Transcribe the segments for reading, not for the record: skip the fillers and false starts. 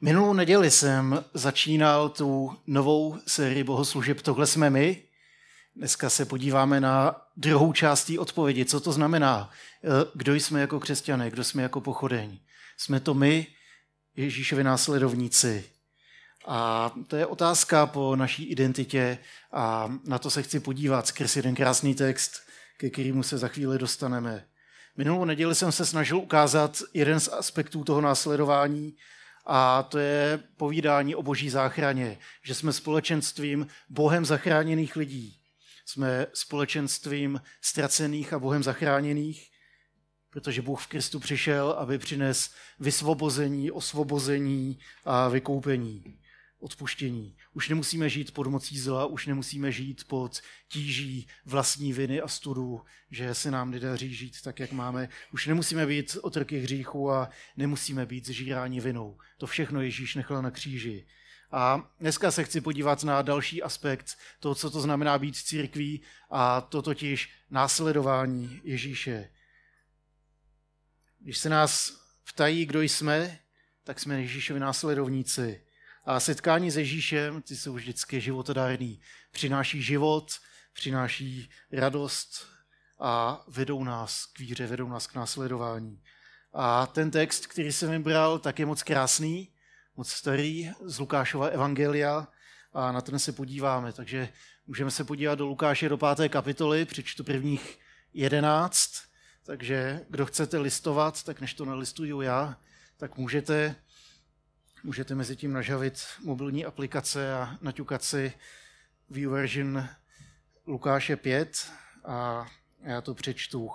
Minulou neděli jsem začínal tu novou sérii bohoslužeb Tohle jsme my. Dneska se podíváme na druhou část té odpovědi. Co to znamená? Kdo jsme jako křesťané? Kdo jsme jako pochodeň? Jsme to my, Ježíšovi následovníci. A to je otázka po naší identitě a na to se chci podívat skrz jeden krásný text, ke kterému se za chvíli dostaneme. Minulou neděli jsem se snažil ukázat jeden z aspektů toho následování, a to je povídání o boží záchraně, že jsme společenstvím Bohem zachráněných lidí. Jsme společenstvím ztracených a Bohem zachráněných, protože Bůh v Kristu přišel, aby přines vysvobození, osvobození a vykoupení, odpuštění. Už nemusíme žít pod mocí zla, už nemusíme žít pod tíží vlastní viny a studu, že se nám nedaří žít tak, jak máme. Už nemusíme být otroky hříchu a nemusíme být zžíráni vinou. To všechno Ježíš nechal na kříži. A dneska se chci podívat na další aspekt toho, co to znamená být církví, a to totiž následování Ježíše. Když se nás ptají, kdo jsme, tak jsme Ježíšovi následovníci. A setkání s Ježíšem, ty jsou vždycky životodárný. Přináší život, přináší radost a vedou nás k víře, vedou nás k následování. A ten text, který jsem vybral, tak je moc krásný, moc starý, z Lukášova evangelia, a na ten se podíváme. Takže můžeme se podívat do Lukáše do 5. kapitoly, přečtu prvních 11. Takže kdo chcete listovat, tak než to nalistuju já, tak můžete mezi tím nažavit mobilní aplikace a naťukat si YouVersion Lukáše 5 a já to přečtu.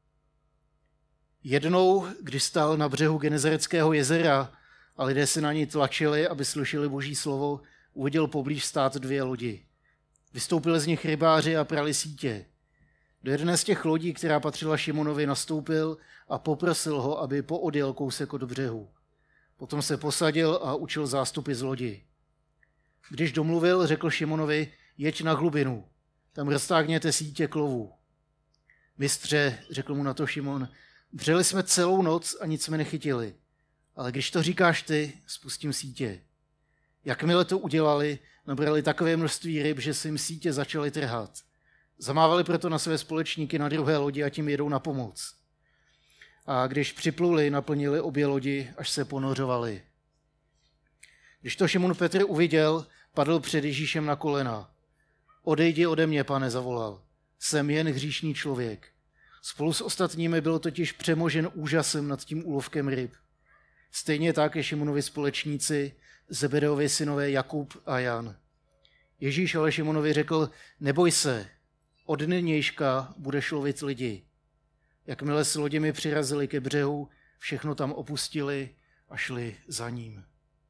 Jednou, když stál na břehu Genezareckého jezera a lidé se na něj tlačili, aby slyšeli boží slovo, uviděl poblíž stát 2 lodi. Vystoupili z nich rybáři a prali sítě. Do jedné z těch lodí, která patřila Šimonovi, nastoupil a poprosil ho, aby poodjel kousek od břehu. Potom se posadil a učil zástupy z lodi. Když domluvil, řekl Šimonovi, jeď na hlubinu, tam roztáhněte sítě k lovu. Mistře, řekl mu na to Šimon, dřeli jsme celou noc a nic jsme nechytili, ale když to říkáš ty, spustím sítě. Jakmile to udělali, nabrali takové množství ryb, že se jim sítě začaly trhat. Zamávali proto na své společníky na druhé lodi a tím jedou na pomoc. A když připluli, naplnili obě lodi, až se ponořovali. Když to Šimon Petr uviděl, padl před Ježíšem na kolena. Odejdi ode mě, pane, zavolal. Jsem jen hříšný člověk. Spolu s ostatními byl totiž přemožen úžasem nad tím úlovkem ryb. Stejně tak je Šimonovi společníci, Zebedeovi synové Jakub a Jan. Ježíš ale Šimonovi řekl, neboj se, od nynějška budeš lovit lidi. Jakmile s loděmi přirazili ke břehu, všechno tam opustili a šli za ním.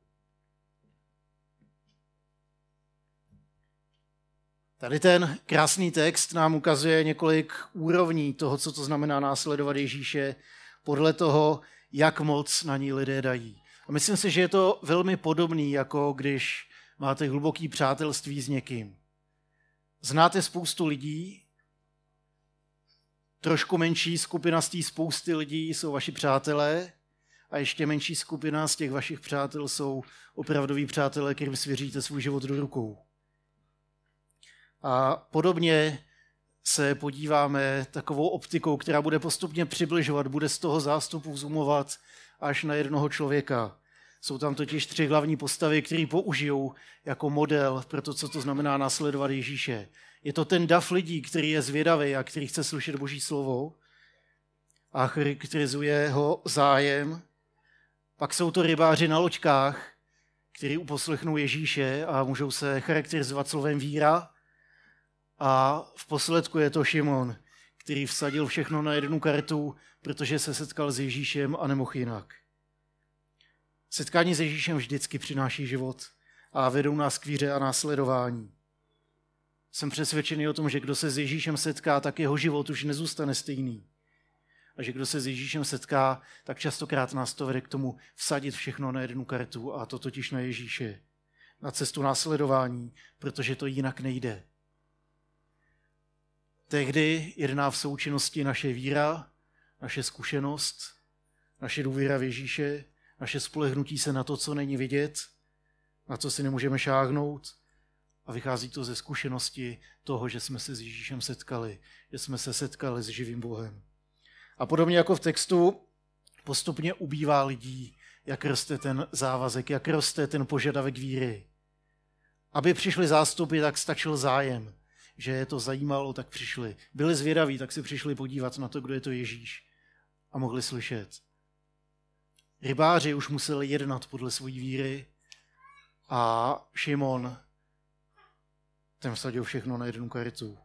Tady ten krásný text nám ukazuje několik úrovní toho, co to znamená následovat Ježíše, podle toho, jak moc na ní lidé dají. A myslím si, že je to velmi podobný, jako když máte hluboký přátelství s někým. Znáte spoustu lidí, trošku menší skupina z té spousty lidí jsou vaši přátelé a ještě menší skupina z těch vašich přátel jsou opravdoví přátelé, kterým svěříte svůj život do rukou. A podobně se podíváme takovou optikou, která bude postupně přibližovat, bude z toho zástupu zoomovat až na jednoho člověka. Jsou tam totiž 3 hlavní postavy, které použijou jako model pro to, co to znamená následovat Ježíše. Je to ten dav lidí, který je zvědavý a který chce slyšet Boží slovo a charakterizuje ho zájem. Pak jsou to rybáři na loďkách, kteří uposlechnou Ježíše a můžou se charakterizovat slovem víra. A v posledku je to Šimon, který vsadil všechno na jednu kartu, protože se setkal s Ježíšem a nemohl jinak. Setkání s Ježíšem vždycky přináší život a vedou nás k víře a následování. Jsem přesvědčený o tom, že kdo se s Ježíšem setká, tak jeho život už nezůstane stejný. A že kdo se s Ježíšem setká, tak častokrát nás to vede k tomu vsadit všechno na jednu kartu, a to totiž na Ježíše. Na cestu následování, protože to jinak nejde. Tehdy jedná v součinnosti naše víra, naše zkušenost, naše důvěra v Ježíše, naše spolehnutí se na to, co není vidět, na co si nemůžeme šáhnout. A vychází to ze zkušenosti toho, že jsme se s Ježíšem setkali, že jsme se setkali s živým Bohem. A podobně jako v textu postupně ubývá lidí, jak roste ten závazek, jak roste ten požadavek víry. Aby přišli zástupy, tak stačil zájem. Že je to zajímalo, tak přišli. Byli zvědaví, tak si přišli podívat na to, kdo je to Ježíš. A mohli slyšet. Rybáři už museli jednat podle své víry a Šimon ten vsadil všechno na jednu karitu.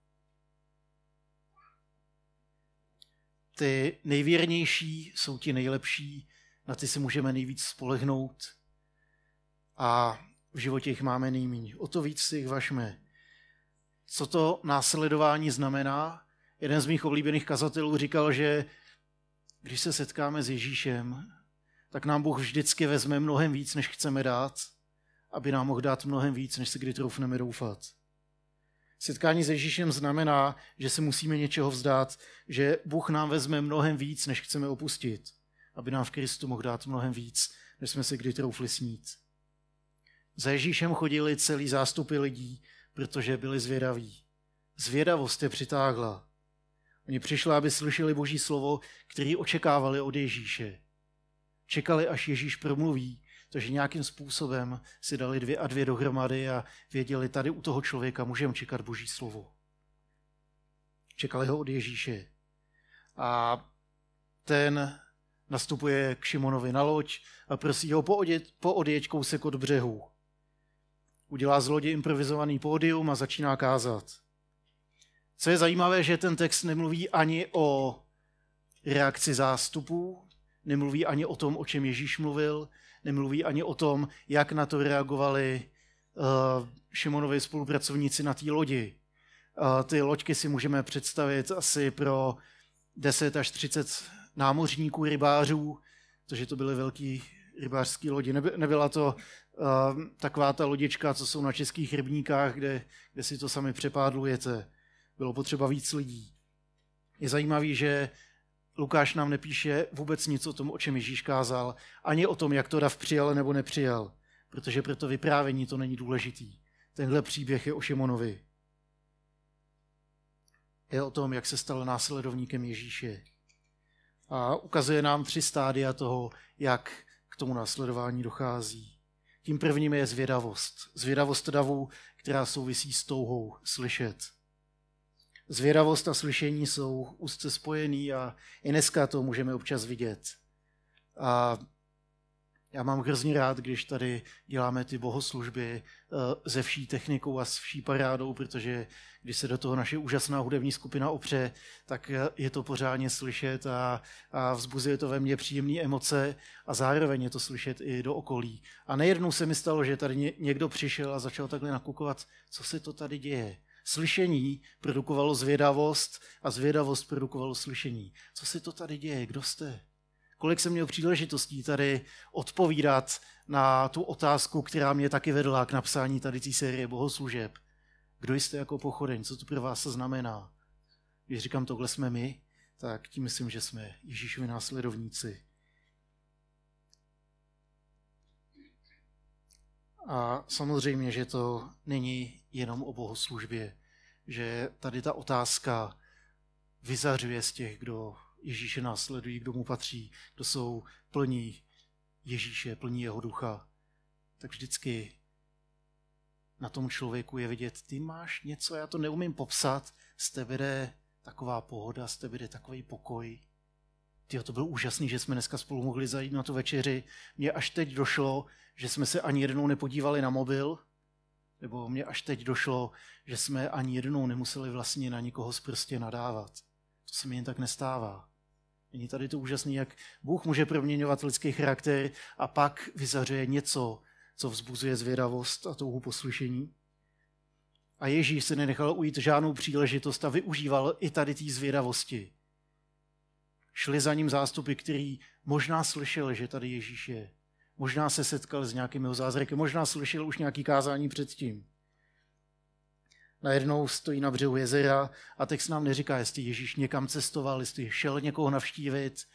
Ty nejvěrnější jsou ti nejlepší, na ty si můžeme nejvíc spolehnout a v životě jich máme nejméně. O to víc si jich važme. Co to následování znamená? Jeden z mých oblíbených kazatelů říkal, že když se setkáme s Ježíšem, tak nám Bůh vždycky vezme mnohem víc, než chceme dát, aby nám mohl dát mnohem víc, než si kdy troufneme doufat. Setkání s Ježíšem znamená, že se musíme něčeho vzdát, že Bůh nám vezme mnohem víc, než chceme opustit, aby nám v Kristu mohl dát mnohem víc, než jsme si kdy troufli snít. Za Ježíšem chodili celý zástupy lidí, protože byli zvědaví. Zvědavost je přitáhla. Oni přišli, aby slyšeli Boží slovo, který očekávali od Ježíše. Čekali, až Ježíš promluví, takže nějakým způsobem si dali 2 a 2 dohromady a věděli, tady u toho člověka můžeme čekat Boží slovo. Čekali ho od Ježíše. A ten nastupuje k Šimonovi na loď a prosí ho poodjeď kousek od břehu. Udělá z lodi improvizovaný pódium a začíná kázat. Co je zajímavé, že ten text nemluví ani o reakci zástupů, nemluví ani o tom, o čem Ježíš mluvil, nemluví ani o tom, jak na to reagovali Šimonovi spolupracovníci na té lodi. Ty loďky si můžeme představit asi pro 10 až 30 námořníků, rybářů, protože to byly velký rybářské lodi. Nebyla to taková ta lodička, co jsou na českých rybníkách, kde si to sami přepádlujete. Bylo potřeba víc lidí. Je zajímavý, že Lukáš nám nepíše vůbec nic o tom, o čem Ježíš kázal, ani o tom, jak to dav přijal nebo nepřijal, protože pro to vyprávění to není důležitý. Tenhle příběh je o Šimonovi. Je o tom, jak se stal následovníkem Ježíše. A ukazuje nám 3 stádia toho, jak k tomu následování dochází. Tím prvním je zvědavost. Zvědavost davu, která souvisí s touhou slyšet. Zvědavost a slyšení jsou úzce spojený a i dneska to můžeme občas vidět. A já mám hrozně rád, když tady děláme ty bohoslužby se vší technikou a s vší parádou, protože když se do toho naše úžasná hudební skupina opře, tak je to pořádně slyšet a vzbuzuje to ve mně příjemné emoce a zároveň je to slyšet i do okolí. A nejednou se mi stalo, že tady někdo přišel a začal takhle nakukovat, co se to tady děje. Slyšení produkovalo zvědavost a zvědavost produkovalo slyšení. Co se to tady děje? Kdo jste? Kolik jsem měl příležitostí tady odpovídat na tu otázku, která mě taky vedla k napsání tady té série bohoslužeb. Kdo jste jako Pochodeň? Co to pro vás znamená? Když říkám, tohle jsme my, tak tím myslím, že jsme Ježíšovi následovníci. A samozřejmě, že to není jenom o bohoslužbě, že tady ta otázka vyzařuje z těch, kdo Ježíše následují, kdo mu patří, kdo jsou plní Ježíše, plní jeho ducha. Tak vždycky na tom člověku je vidět, ty máš něco, já to neumím popsat, z tebe jde taková pohoda, z tebe jde takový pokoj. Tyjo, to bylo úžasný, že jsme dneska spolu mohli zajít na tu večeři. Mně až teď došlo, že jsme se ani jednou nepodívali na mobil, nebo mně až teď došlo, že jsme ani jednou nemuseli vlastně na nikoho sprostě nadávat. To se mi jen tak nestává. Není tady to úžasný, jak Bůh může proměňovat lidský charakter a pak vyzařuje něco, co vzbuzuje zvědavost a touhu poslyšení. A Ježíš se nenechal ujít žádnou příležitost a využíval i tady té zvědavosti. Šli za ním zástupy, který možná slyšeli, že tady Ježíš je. Možná se setkal s nějakým jeho zázrakem, možná slyšel už nějaký kázání předtím. Najednou stojí na břehu jezera a text nám neříká, jestli Ježíš někam cestoval, jestli šel někoho navštívit.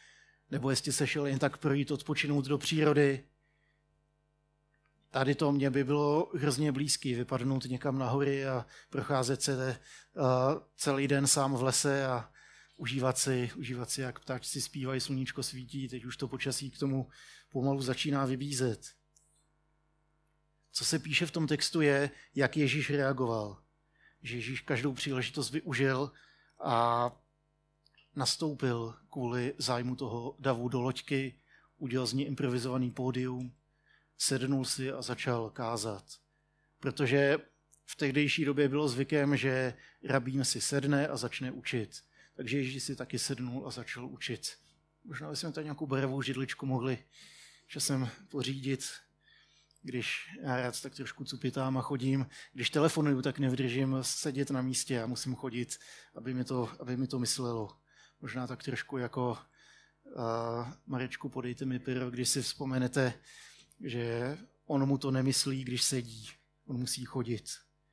nebo jestli se šel jen tak projít, odpočinout do přírody. Tady to mě by bylo hrozně blízký, vypadnout někam na hory a procházet se celý den sám v lese a užívat si, jak ptáčci zpívají, sluníčko svítí, teď už to počasí k tomu pomalu začíná vybízet. Co se píše v tom textu je, jak Ježíš reagoval. Že Ježíš každou příležitost využil a nastoupil kvůli zájmu toho davu do loďky, udělal z ní improvizovaný pódium, sednul si a začal kázat. Protože v tehdejší době bylo zvykem, že rabín si sedne a začne učit. Takže Ježíš si taky sednul a začal učit. Možná bychom tady nějakou barevou židličku mohli časem pořídit, když já rád tak trošku cupitám a chodím. Když telefonuju, tak nevydržím sedět na místě a musím chodit, aby mi to myslelo. Možná tak trošku jako Marečku, podejte mi pyro, když si vzpomenete, že on mu to nemyslí, když sedí. On musí chodit.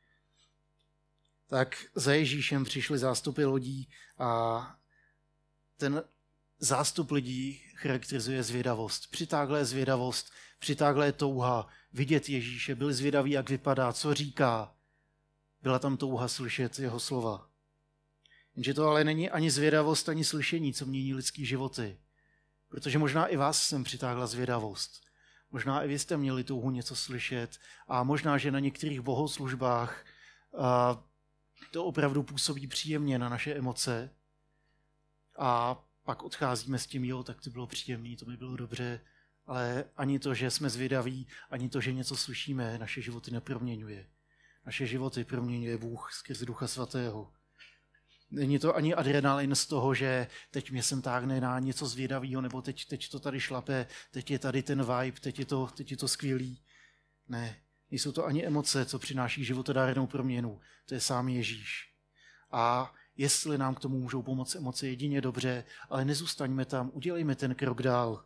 Tak za Ježíšem přišly zástupy lodí a ten zástup lidí charakterizuje zvědavost. Přitáhlé zvědavost, přitáhlé touha vidět Ježíše. Byli zvědaví, jak vypadá, co říká. Byla tam touha slyšet jeho slova. Jenže to ale není ani zvědavost, ani slyšení, co mění lidský životy. Protože možná i vás sem přitáhla zvědavost. Možná i vy jste měli touhu něco slyšet a možná, že na některých bohoslužbách to opravdu působí příjemně na naše emoce a pak odcházíme s tím, jo, tak to bylo příjemné, to by bylo dobře, ale ani to, že jsme zvědaví, ani to, že něco slyšíme, naše životy neproměňuje. Naše životy proměňuje Bůh skrze Ducha Svatého. Není to ani adrenalin z toho, že teď mě sem táhne na něco zvědavého, nebo teď to tady šlape, teď je tady ten vibe, teď je to skvělý. Ne, nejsou to ani emoce, co přináší životodárnou proměnu. To je sám Ježíš. A jestli nám k tomu můžou pomoct emoce, jedině dobře, ale nezůstaňme tam, udělejme ten krok dál.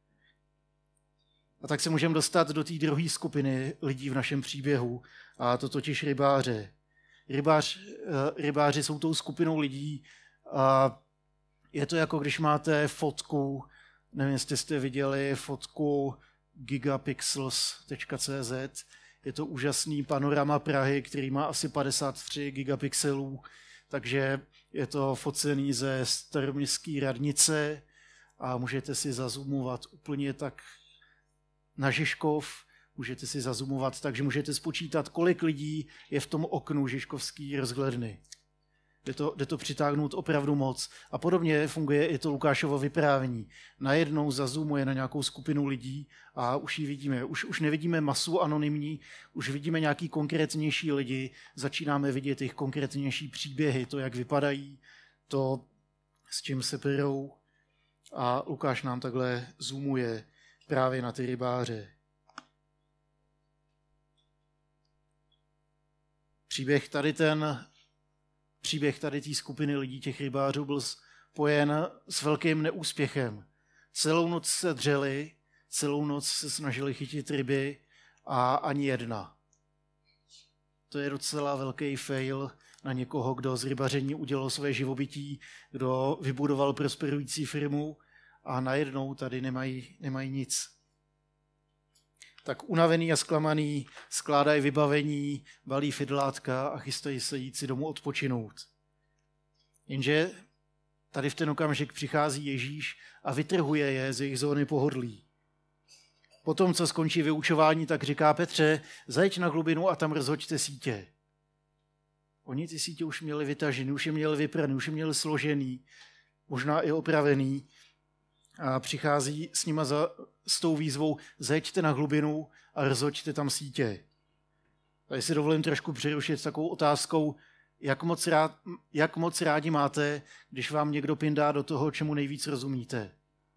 A tak se můžeme dostat do té druhé skupiny lidí v našem příběhu, a to totiž rybáře. Rybáři jsou tou skupinou lidí a je to jako když máte fotku, nevím, jestli jste viděli fotku gigapixels.cz, je to úžasný panorama Prahy, který má asi 53 gigapixelů, takže je to focený ze Staroměstské radnice a můžete si zazoomovat úplně tak na Žižkov, můžete si zazoomovat, takže můžete spočítat, kolik lidí je v tom oknu žižkovský rozhledny. Jde to přitáhnout opravdu moc. A podobně funguje i to Lukášovo vyprávění. Najednou zazoomuje na nějakou skupinu lidí a už ji vidíme. Už nevidíme masu anonymní, už vidíme nějaký konkrétnější lidi, začínáme vidět jejich konkrétnější příběhy, to, jak vypadají, to, s čím se perou. A Lukáš nám takhle zoomuje právě na ty rybáře. Příběh tady té skupiny lidí, těch rybářů, byl spojen s velkým neúspěchem. Celou noc se dřeli, celou noc se snažili chytit ryby a ani jedna. To je docela velký fail na někoho, kdo z rybaření udělal své živobytí, kdo vybudoval prosperující firmu a najednou tady nemají nic. Tak unavený a zklamaný skládají vybavení, balí fidlátka a chystají se jít si domů odpočinout. Jenže tady v ten okamžik přichází Ježíš a vytrhuje je z jejich zóny pohodlí. Potom, co skončí vyučování, tak říká: Petře, zajď na hlubinu a tam rozhoďte sítě. Oni ty sítě už měli vytažený, už je měli vypraný, už je měli složený, možná i opravený. A přichází s nima s tou výzvou: zeďte na hlubinu a rozhoďte tam sítě. Tady si dovolím trošku přerušit s takovou otázkou, jak moc rádi máte, když vám někdo pindá do toho, čemu nejvíc rozumíte.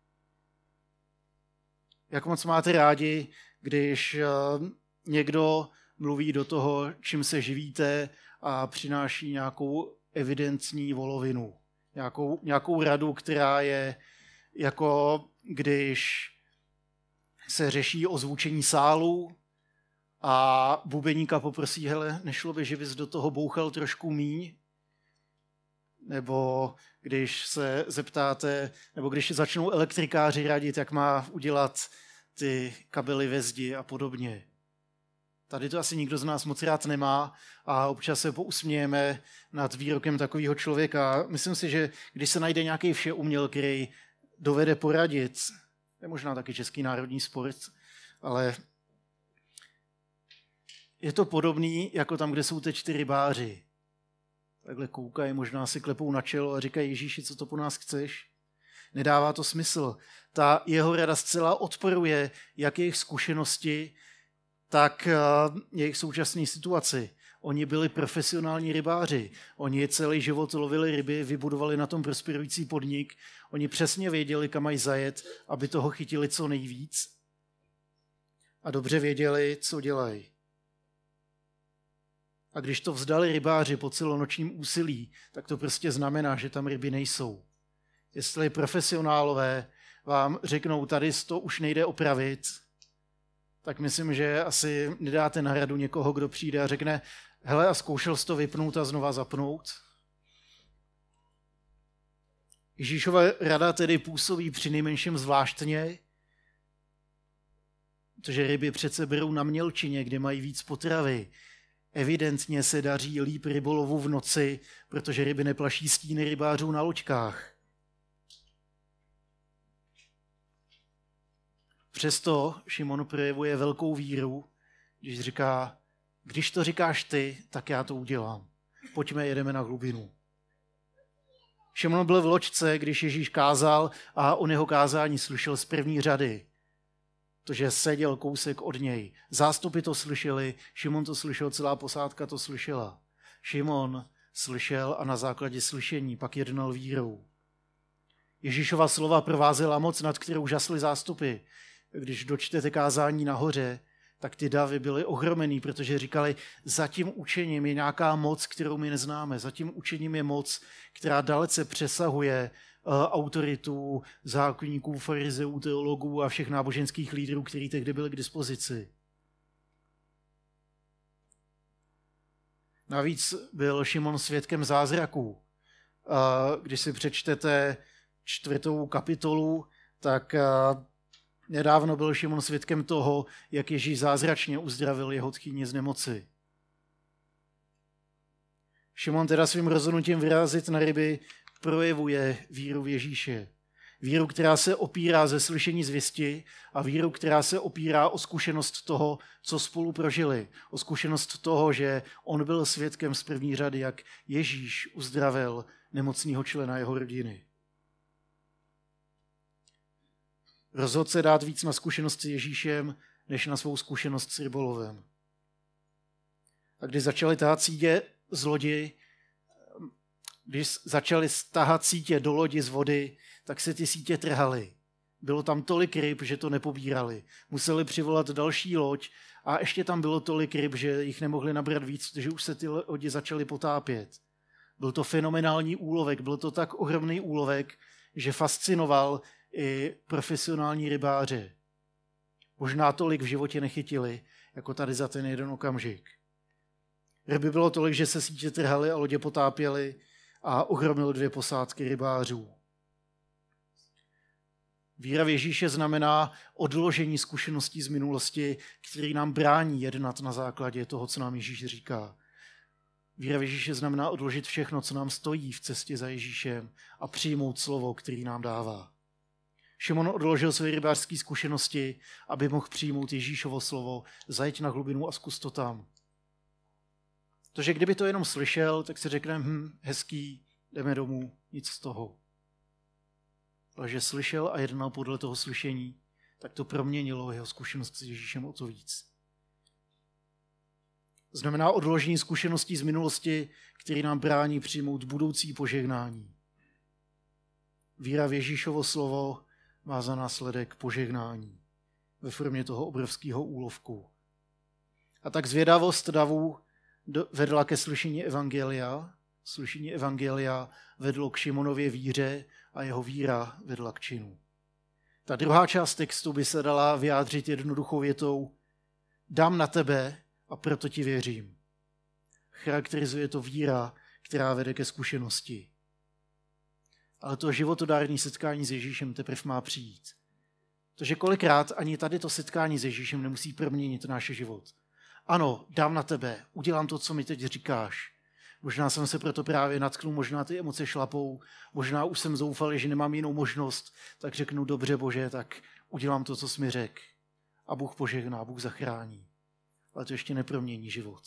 Jak moc máte rádi, když někdo mluví do toho, čím se živíte a přináší nějakou evidentní volovinu. Nějakou radu, která je jako když se řeší ozvučení sálu a bubeníka poprosí: hele, nešlo by, že bys do toho bouchal trošku míň? nebo když se zeptáte, nebo když začnou elektrikáři radit, jak má udělat ty kabely ve zdi a podobně. Tady to asi nikdo z nás moc rád nemá a občas se pousmějeme nad výrokem takového člověka. Myslím si, že když se najde nějaký všeuměl, který dovede poradit, je možná taky český národní sport, ale je to podobný jako tam, kde jsou teď 4 rybáři. Takhle koukají, možná si klepou na čelo a říkají: Ježíši, co to po nás chceš? Nedává to smysl. Ta jeho rada zcela odporuje jak jejich zkušenosti, tak jejich současné situaci. Oni byli profesionální rybáři. Oni celý život lovili ryby, vybudovali na tom prosperující podnik. Oni přesně věděli, kam mají zajet, aby toho chytili co nejvíc. A dobře věděli, co dělají. A když to vzdali rybáři po celonočním úsilí, tak to prostě znamená, že tam ryby nejsou. Jestli profesionálové vám řeknou, tady to už nejde opravit, tak myslím, že asi nedáte na radu někoho, kdo přijde a řekne: hele, a zkoušel jsi to vypnout a znova zapnout? Ježíšova rada tedy působí přinejmenším zvláštně, protože ryby přece berou na mělčině, kde mají víc potravy. Evidentně se daří líp rybolovu v noci, protože ryby neplaší stíny rybářů na loďkách. Přesto Šimon projevuje velkou víru, když říká: když to říkáš ty, tak já to udělám. Pojďme, jedeme na hlubinu. Šimon byl v loďce, když Ježíš kázal a on jeho kázání slyšel z první řady. Protože seděl kousek od něj. Zástupy to slyšeli, Šimon to slyšel, celá posádka to slyšela. Šimon slyšel a na základě slyšení pak jednal vírou. Ježíšova slova provázela moc, nad kterou žasly zástupy. Když dočtete kázání nahoře, tak ty davy byly ohromený, protože říkali: za tím učením je nějaká moc, kterou my neznáme. Za tím učením je moc, která dalece přesahuje autoritu zákonníků, farizeů, teologů a všech náboženských lídrů, kteří tehdy byli k dispozici. Navíc byl Šimon svědkem zázraků. Když si přečtete 4. kapitolu, tak nedávno byl Šimon svědkem toho, jak Ježíš zázračně uzdravil jeho tchýni z nemoci. Šimon teda svým rozhodnutím vyrazit na ryby projevuje víru v Ježíše. Víru, která se opírá ze slyšení zvěsti a víru, která se opírá o zkušenost toho, co spolu prožili. O zkušenost toho, že on byl svědkem z první řady, jak Ježíš uzdravil nemocného člena jeho rodiny. Rozhodl se dát víc na zkušenost s Ježíšem, než na svou zkušenost s rybolovem. A když začali tahat sítě z lodi, když začali stahat sítě do lodi z vody, tak se ty sítě trhaly. Bylo tam tolik ryb, že to nepobírali. Museli přivolat další loď a ještě tam bylo tolik ryb, že jich nemohli nabrat víc, protože už se ty lodi začaly potápět. Byl to fenomenální úlovek, byl to tak ohromný úlovek, že fascinoval i profesionální rybáře. Možná tolik v životě nechytili, jako tady za ten jeden okamžik. Ryby bylo tolik, že se sítě trhaly a lodě potápěly a ohromil 2 posádky rybářů. Víra v Ježíše znamená odložení zkušeností z minulosti, který nám brání jednat na základě toho, co nám Ježíš říká. Víra v Ježíše znamená odložit všechno, co nám stojí v cestě za Ježíšem a přijmout slovo, který nám dává. Šimon odložil své rybářské zkušenosti, aby mohl přijmout Ježíšovo slovo, zajeď na hlubinu a zkus to tam. Protože kdyby to jenom slyšel, tak si řekne, hezký, jdeme domů, nic z toho. Ale že slyšel a jednal podle toho slyšení, tak to proměnilo jeho zkušenost s Ježíšem o to víc. Znamená odložení zkušeností z minulosti, který nám brání přijmout budoucí požehnání. Víra v Ježíšovo slovo má za následek požehnání ve formě toho obrovského úlovku. A tak zvědavost davů vedla ke slyšení evangelia. Slyšení evangelia vedlo k Šimonově víře a jeho víra vedla k činu. Ta druhá část textu by se dala vyjádřit jednoduchou větou: dám na tebe a proto ti věřím. Charakterizuje to víra, která vede ke zkušenosti. ale to životodárné setkání s Ježíšem teprve má přijít. Protože kolikrát ani tady to setkání s Ježíšem nemusí proměnit náš život. Ano, dám na tebe, udělám to, co mi teď říkáš. Možná jsem se proto právě natknul, možná ty emoce šlapou, možná už jsem zoufal, že nemám jinou možnost, tak řeknu, dobře Bože, tak udělám to, co jsi mi řekl. A Bůh požehná, Bůh zachrání. Ale to ještě nepromění život.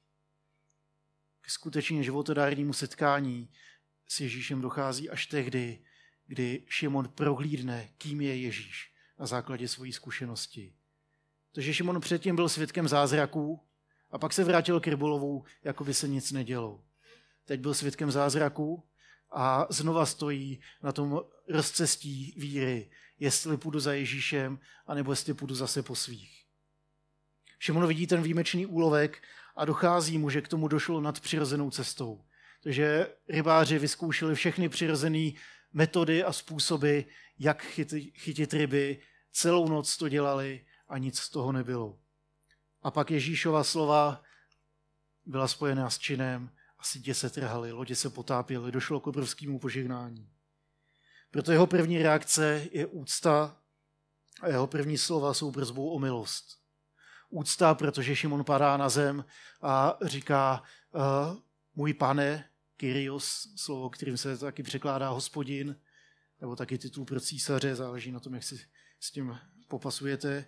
K skutečně životodárnému setkání s Ježíšem dochází až tehdy, kdy Šimon prohlídne, kým je Ježíš na základě své zkušenosti. Takže Šimon předtím byl svědkem zázraků a pak se vrátil k rybolovu, jako by se nic nedělo. Teď byl svědkem zázraků a znova stojí na tom rozcestí víry, jestli půjdu za Ježíšem, anebo jestli půjdu zase po svých. Šimon vidí ten výjimečný úlovek a dochází mu, že k tomu došlo nadpřirozenou cestou. Takže rybáři vyzkoušeli všechny přirozené metody a způsoby, jak chytit ryby. Celou noc to dělali a nic z toho nebylo. A pak Ježíšova slova byla spojená s činem a sítě se trhaly, lodě se potápěly, došlo k obrovskému požehnání. Proto jeho první reakce je úcta a jeho první slova jsou prosbou o milost. Úcta, protože Šimon padá na zem a říká můj pane, Kyrios, slovo, kterým se taky překládá hospodin, nebo taky titul pro císaře, záleží na tom, jak si s tím popasujete.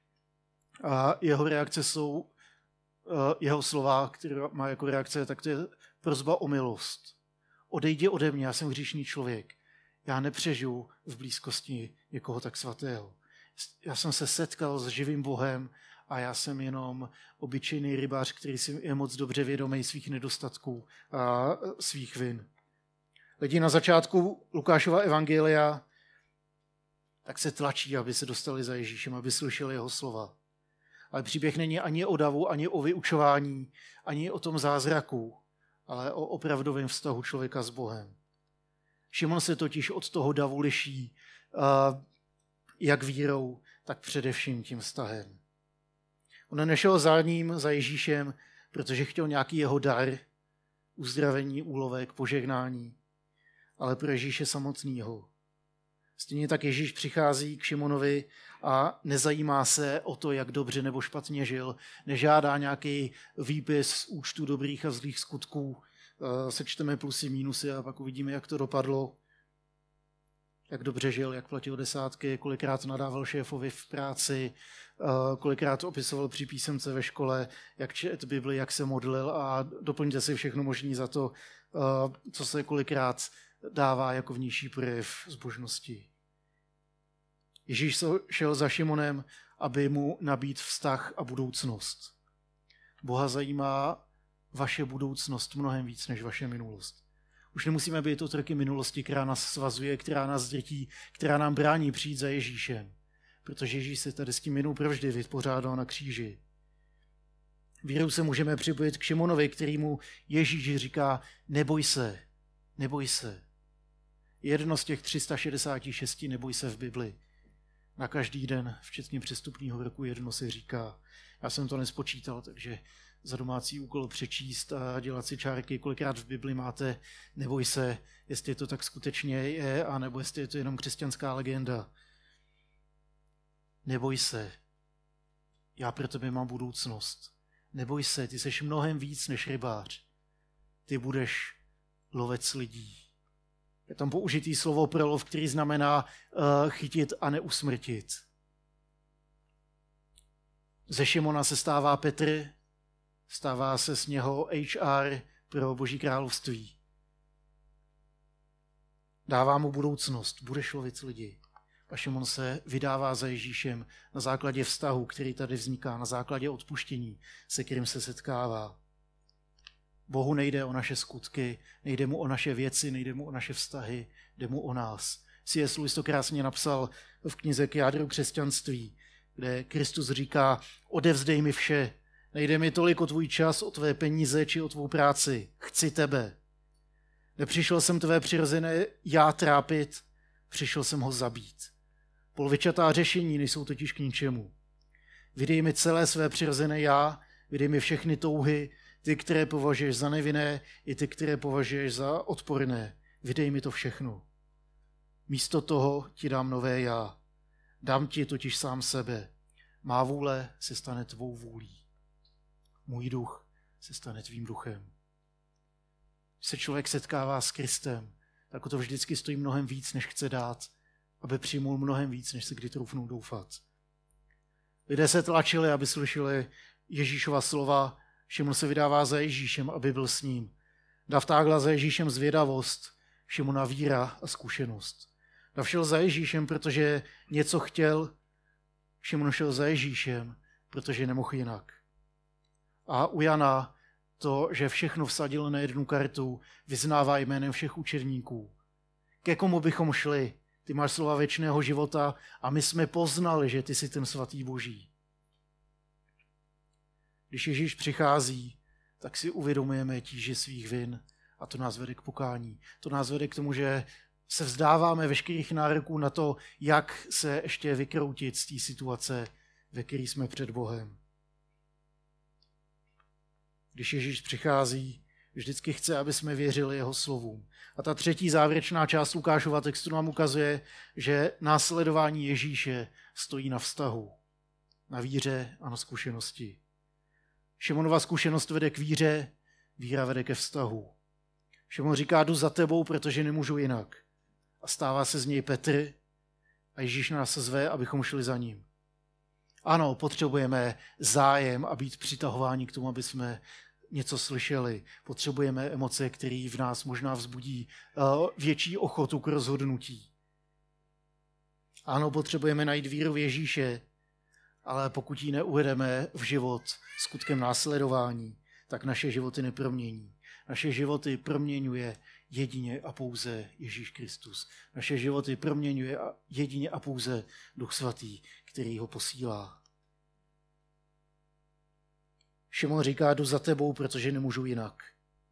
A jeho reakce jsou, jeho slova, které má jako reakce, tak to je prosba o milost. Odejdi ode mě, já jsem hříšný člověk. Já nepřežiju v blízkosti někoho tak svatého. Já jsem se setkal s živým Bohem a já jsem jenom obyčejný rybář, který si je moc dobře vědomý svých nedostatků a svých vin. Lidi na začátku Lukášova evangelia tak se tlačí, aby se dostali za Ježíšem, aby slyšeli jeho slova. Ale příběh není ani o davu, ani o vyučování, ani o tom zázraku, ale o opravdovém vztahu člověka s Bohem. Šimon se totiž od toho davu liší jak vírou, tak především tím vztahem. On nešel za ním, za Ježíšem, protože chtěl nějaký jeho dar, uzdravení, úlovek, požehnání, ale pro Ježíše samotného. Stejně tak Ježíš přichází k Šimonovi a nezajímá se o to, jak dobře nebo špatně žil, nežádá nějaký výpis z účtu dobrých a zlých skutků, sečteme plusy, mínusy a pak uvidíme, jak to dopadlo, jak dobře žil, jak platil desátky, kolikrát nadával šéfovi v práci, kolikrát opisoval při písemce ve škole, jak čet Bibli, jak se modlil a doplňte si všechno možné za to, co se kolikrát dává jako vnější projev zbožnosti. Ježíš šel za Šimonem, aby mu nabít vztah a budoucnost. Boha zajímá vaše budoucnost mnohem víc než vaše minulost. Už nemusíme být otroky minulosti, která nás svazuje, která nás drtí, která nám brání přijít za Ježíšem. Protože Ježíš se tady s tím jednou provždy vypořádal na kříži. Vírou se můžeme připojit k Šimonovi, kterýmu Ježíš říká, neboj se, neboj se. Jedno z těch 366 neboj se v Bibli. Na každý den, včetně přestupního roku, jedno se říká. Já jsem to nespočítal, takže za domácí úkol přečíst a dělat si čárky, kolikrát v Bibli máte, neboj se, jestli to tak skutečně je, anebo jestli je to jenom křesťanská legenda. Neboj se, já pro tebe mám budoucnost. Neboj se, ty seš mnohem víc než rybář. Ty budeš lovec lidí. Je tam použitý slovo pro lov, který znamená chytit a neusmrtit. Ze Šimona se stává Petr, stává se z něho HR pro Boží království. Dává mu budoucnost, budeš lovit lidi. A Šimon se vydává za Ježíšem na základě vztahu, který tady vzniká, na základě odpuštění, se kterým se setkává. Bohu nejde o naše skutky, nejde mu o naše věci, nejde mu o naše vztahy, jde mu o nás. C.S. Lewis to krásně napsal v knize K jádru křesťanství, kde Kristus říká, odevzdej mi vše, nejde mi tolik o tvůj čas, o tvé peníze či o tvou práci, chci tebe. Nepřišel jsem tvé přirozené já trápit, přišel jsem ho zabít. Polovičatá řešení nejsou totiž k ničemu. Vydej mi celé své přirozené já, vydej mi všechny touhy, ty, které považuješ za nevinné, i ty, které považuješ za odporné. Vydej mi to všechno. Místo toho ti dám nové já. Dám ti totiž sám sebe. Má vůle se stane tvou vůlí. Můj duch se stane tvým duchem. Když se člověk setkává s Kristem, tak to vždycky stojí mnohem víc, než chce dát, aby přijmul mnohem víc, než se kdy troufnou doufat. Lidé se tlačili, aby slyšeli Ježíšova slova, Šimon se vydává za Ježíšem, aby byl s ním. Dav táhla za Ježíšem zvědavost, Šimona víra a zkušenost. Dav šel za Ježíšem, protože něco chtěl, Šimon šel za Ježíšem, protože nemohl jinak. A u Jana to, že všechno vsadil na jednu kartu, vyznává jménem všech učedníků. Ke komu bychom šli? Ty máš slova věčného života a my jsme poznali, že ty jsi ten svatý Boží. Když Ježíš přichází, tak si uvědomujeme tíži svých vin a to nás vede k pokání. To nás vede k tomu, že se vzdáváme veškerých nároků na to, jak se ještě vykroutit z té situace, ve které jsme před Bohem. Když Ježíš přichází, vždycky chce, aby jsme věřili jeho slovům. A ta třetí závěrečná část Lukášova textu nám ukazuje, že následování Ježíše stojí na vztahu, na víře a na zkušenosti. Šimonova zkušenost vede k víře, víra vede ke vztahu. Šimon říká, jdu za tebou, protože nemůžu jinak. A stává se z něj Petr a Ježíš nás zve, abychom šli za ním. Ano, potřebujeme zájem a být přitahováni k tomu, aby jsme něco slyšeli. Potřebujeme emoce, které v nás možná vzbudí větší ochotu k rozhodnutí. Ano, potřebujeme najít víru v Ježíše, ale pokud ji neuvedeme v život skutkem následování, tak naše životy nepromění. Naše životy proměňuje jedině a pouze Ježíš Kristus. Naše životy proměňuje jedině a pouze Duch Svatý, který ho posílá. Šimon říká, jdu za tebou, protože nemůžu jinak.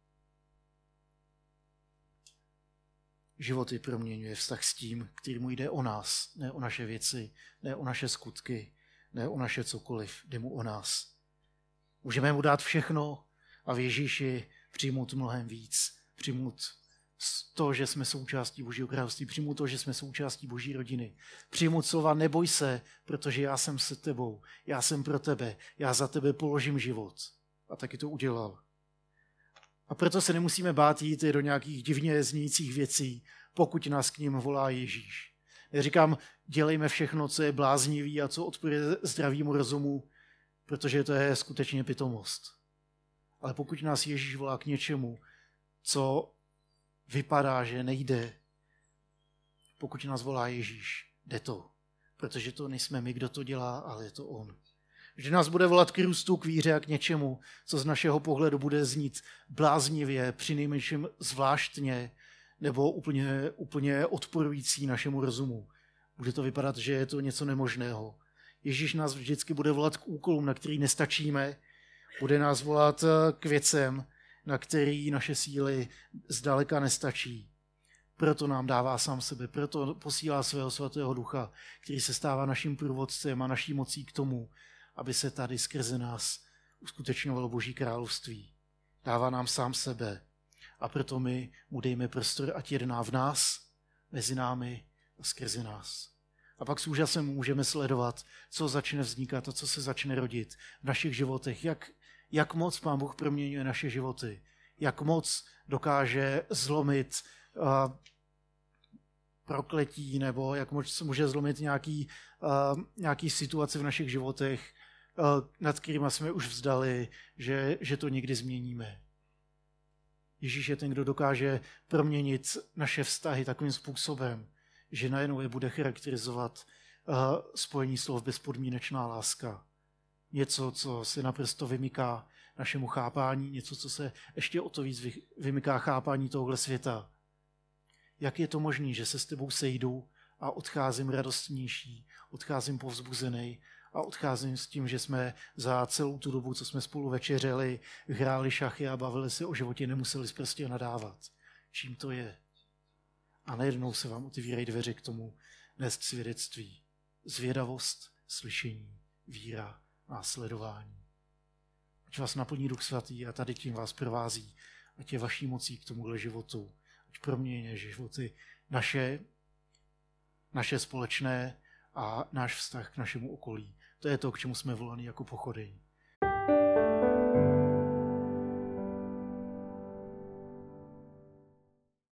Životy proměňuje vztah s tím, kterému jde o nás, ne o naše věci, ne o naše skutky, ne o naše cokoliv, jde mu o nás. Můžeme mu dát všechno a v Ježíši přijmout mnohem víc. Přijmout to, že jsme součástí Božího království, přijmout to, že jsme součástí Boží rodiny. Přijmout slova neboj se, protože já jsem se tebou, já jsem pro tebe, já za tebe položím život. A taky to udělal. A proto se nemusíme bát jít do nějakých divně znějících věcí, pokud nás k ním volá Ježíš. Já říkám, dělejme všechno, co je bláznivý a co odporuje zdravému rozumu, protože to je skutečně pitomost. Ale pokud nás Ježíš volá k něčemu, co vypadá, že nejde, pokud nás volá Ježíš, jde to. Protože to nejsme my, kdo to dělá, ale je to on. Že nás bude volat k růstu, k víře a k něčemu, co z našeho pohledu bude znít bláznivě, přinejmenším zvláštně, nebo úplně odporující našemu rozumu. Bude to vypadat, že je to něco nemožného. Ježíš nás vždycky bude volat k úkolům, na který nestačíme, bude nás volat k věcem, na který naše síly zdaleka nestačí. Proto nám dává sám sebe, proto posílá svého svatého ducha, který se stává naším průvodcem a naší mocí k tomu, aby se tady skrze nás uskutečňovalo Boží království. Dává nám sám sebe a proto my mu dejme prostor, ať jedná v nás, mezi námi a skrze nás. A pak s úžasem můžeme sledovat, co začne vznikat a co se začne rodit v našich životech, jak moc Pán Bůh proměňuje naše životy, jak moc dokáže zlomit prokletí, nebo jak moc může zlomit nějaký situace v našich životech, nad kterými jsme už vzdali, že to někdy změníme. Ježíš je ten, kdo dokáže proměnit naše vztahy takovým způsobem, že najednou je bude charakterizovat spojení slov bezpodmínečná láska. Něco, co se naprosto vymyká našemu chápání, něco, co se ještě o to víc vymyká chápání tohohle světa. Jak je to možné, že se s tebou sejdu a odcházím radostnější, odcházím povzbuzený a odcházím s tím, že jsme za celou tu dobu, co jsme spolu večeřeli, hráli šachy a bavili se o životě, nemuseli prostě nadávat. Čím to je? A najednou se vám otevírají dveře k tomu nést svědectví. Zvědavost, slyšení, víra, následování. Ať vás naplní Duch Svatý a tady tím vás provází. Ať je vaší mocí k tomuhle životu. Ať proměňuje životy naše naše společné a náš vztah k našemu okolí. To je to, k čemu jsme volaní jako Pochodeň.